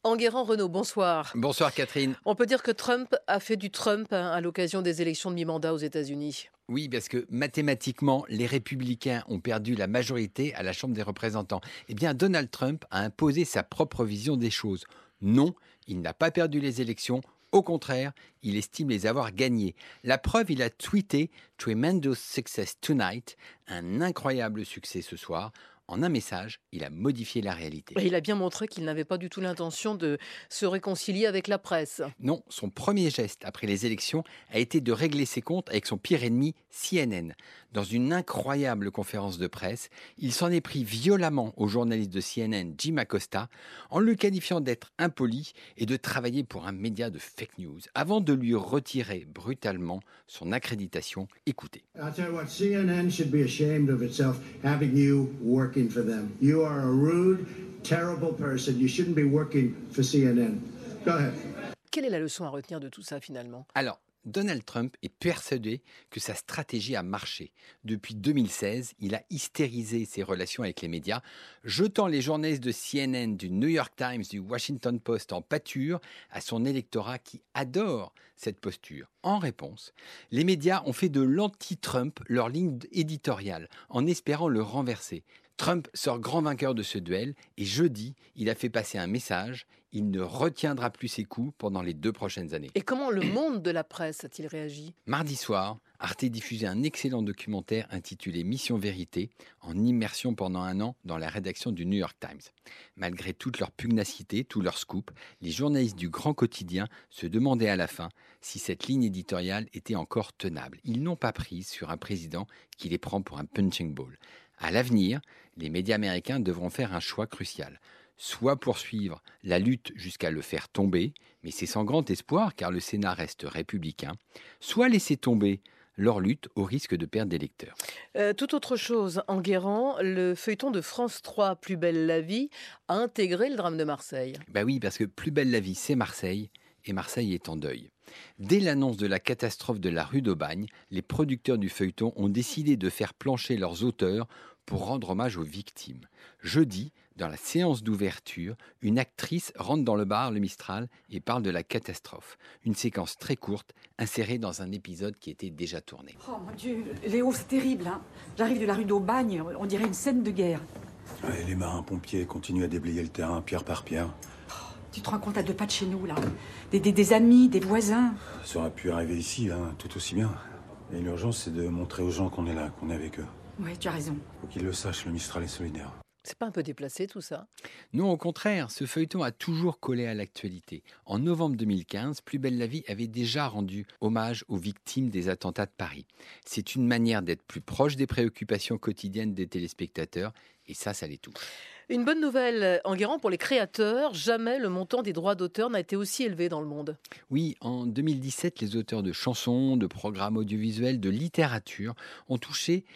Enguerrand-Renaud, bonsoir. Bonsoir Catherine. On peut dire que Trump a fait du Trump à l'occasion des élections de mi-mandat aux États-Unis. Oui, parce que mathématiquement, les républicains ont perdu la majorité à la Chambre des représentants. Eh bien, Donald Trump a imposé sa propre vision des choses. Non, il n'a pas perdu les élections. Au contraire, il estime les avoir gagnées. La preuve, il a tweeté « Tremendous success tonight », un incroyable succès ce soir. En un message, il a modifié la réalité. Et il a bien montré qu'il n'avait pas du tout l'intention de se réconcilier avec la presse. Non, son premier geste après les élections a été de régler ses comptes avec son pire ennemi, CNN. Dans une incroyable conférence de presse, il s'en est pris violemment au journaliste de CNN, Jim Acosta, en le qualifiant d'être impoli et de travailler pour un média de fake news, avant de lui retirer brutalement son accréditation. Écoutez. I'll tell you what, CNN should be ashamed of itself having you working for them. You are a rude, terrible person. You shouldn't be working for CNN. Go ahead. Quelle est la leçon à retenir de tout ça finalement ? Alors, Donald Trump est persuadé que sa stratégie a marché. Depuis 2016, il a hystérisé ses relations avec les médias, jetant les journalistes de CNN, du New York Times, du Washington Post en pâture à son électorat qui adore cette posture. En réponse, les médias ont fait de l'anti-Trump leur ligne éditoriale en espérant le renverser. Trump sort grand vainqueur de ce duel et jeudi, il a fait passer un message. Il ne retiendra plus ses coups pendant les 2 prochaines années. Et comment le monde de la presse a-t-il réagi ? Mardi soir, Arte diffusait un excellent documentaire intitulé Mission Vérité, en immersion pendant 1 an dans la rédaction du New York Times. Malgré toute leur pugnacité, tous leurs scoops, les journalistes du grand quotidien se demandaient à la fin si cette ligne éditoriale était encore tenable. Ils n'ont pas prise sur un président qui les prend pour un punching ball. À l'avenir, les médias américains devront faire un choix crucial. Soit poursuivre la lutte jusqu'à le faire tomber, mais c'est sans grand espoir car le Sénat reste républicain, soit laisser tomber leur lutte au risque de perdre des lecteurs. Tout autre chose, Enguerrand, le feuilleton de France 3, Plus belle la vie, a intégré le drame de Marseille. Oui, parce que Plus belle la vie, c'est Marseille, et Marseille est en deuil. Dès l'annonce de la catastrophe de la rue d'Aubagne, les producteurs du feuilleton ont décidé de faire plancher leurs auteurs pour rendre hommage aux victimes. Jeudi, dans la séance d'ouverture, une actrice rentre dans le bar Le Mistral et parle de la catastrophe. Une séquence très courte, insérée dans un épisode qui était déjà tourné. Oh mon Dieu, Léo, c'est terrible, hein. J'arrive de la rue d'Aubagne, on dirait une scène de guerre. Ouais, les marins-pompiers continuent à déblayer le terrain, pierre par pierre. Tu te rends compte à 2 pas de chez nous, là. Des amis, des voisins. Ça aurait pu arriver ici, hein, tout aussi bien. Et l'urgence, c'est de montrer aux gens qu'on est là, qu'on est avec eux. Ouais, tu as raison. Faut qu'ils le sachent, le Mistral est solidaire. C'est pas un peu déplacé tout ça ? Non, au contraire, ce feuilleton a toujours collé à l'actualité. En novembre 2015, Plus belle la vie avait déjà rendu hommage aux victimes des attentats de Paris. C'est une manière d'être plus proche des préoccupations quotidiennes des téléspectateurs, et ça les touche. Une bonne nouvelle, Enguerrand, pour les créateurs, jamais le montant des droits d'auteur n'a été aussi élevé dans le monde. Oui, en 2017, les auteurs de chansons, de programmes audiovisuels, de littérature ont touché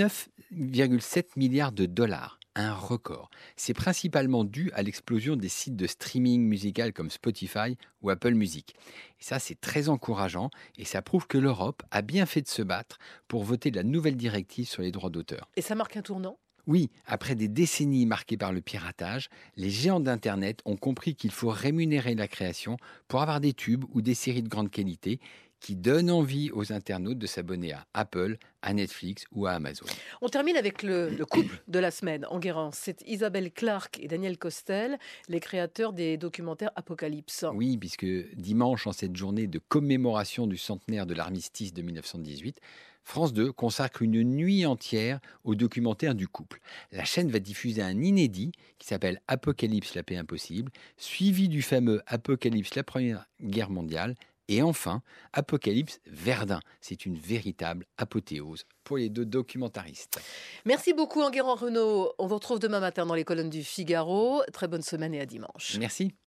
9,7 milliards de dollars. Un record. C'est principalement dû à l'explosion des sites de streaming musical comme Spotify ou Apple Music. Et ça, c'est très encourageant et ça prouve que l'Europe a bien fait de se battre pour voter la nouvelle directive sur les droits d'auteur. Et ça marque un tournant ? Oui, après des décennies marquées par le piratage, les géants d'Internet ont compris qu'il faut rémunérer la création pour avoir des tubes ou des séries de grande qualité qui donnent envie aux internautes de s'abonner à Apple, à Netflix ou à Amazon. On termine avec le couple de la semaine, Enguerrand. C'est Isabelle Clarke et Daniel Costel, les créateurs des documentaires Apocalypse. Oui, puisque dimanche, en cette journée de commémoration du centenaire de l'armistice de 1918, France 2 consacre une nuit entière au documentaire du couple. La chaîne va diffuser un inédit qui s'appelle Apocalypse, la paix impossible, suivi du fameux Apocalypse, la Première Guerre mondiale, et enfin, Apocalypse Verdun. C'est une véritable apothéose pour les 2 documentaristes. Merci beaucoup Enguerrand-Renaud. On vous retrouve demain matin dans les colonnes du Figaro. Très bonne semaine et à dimanche. Merci.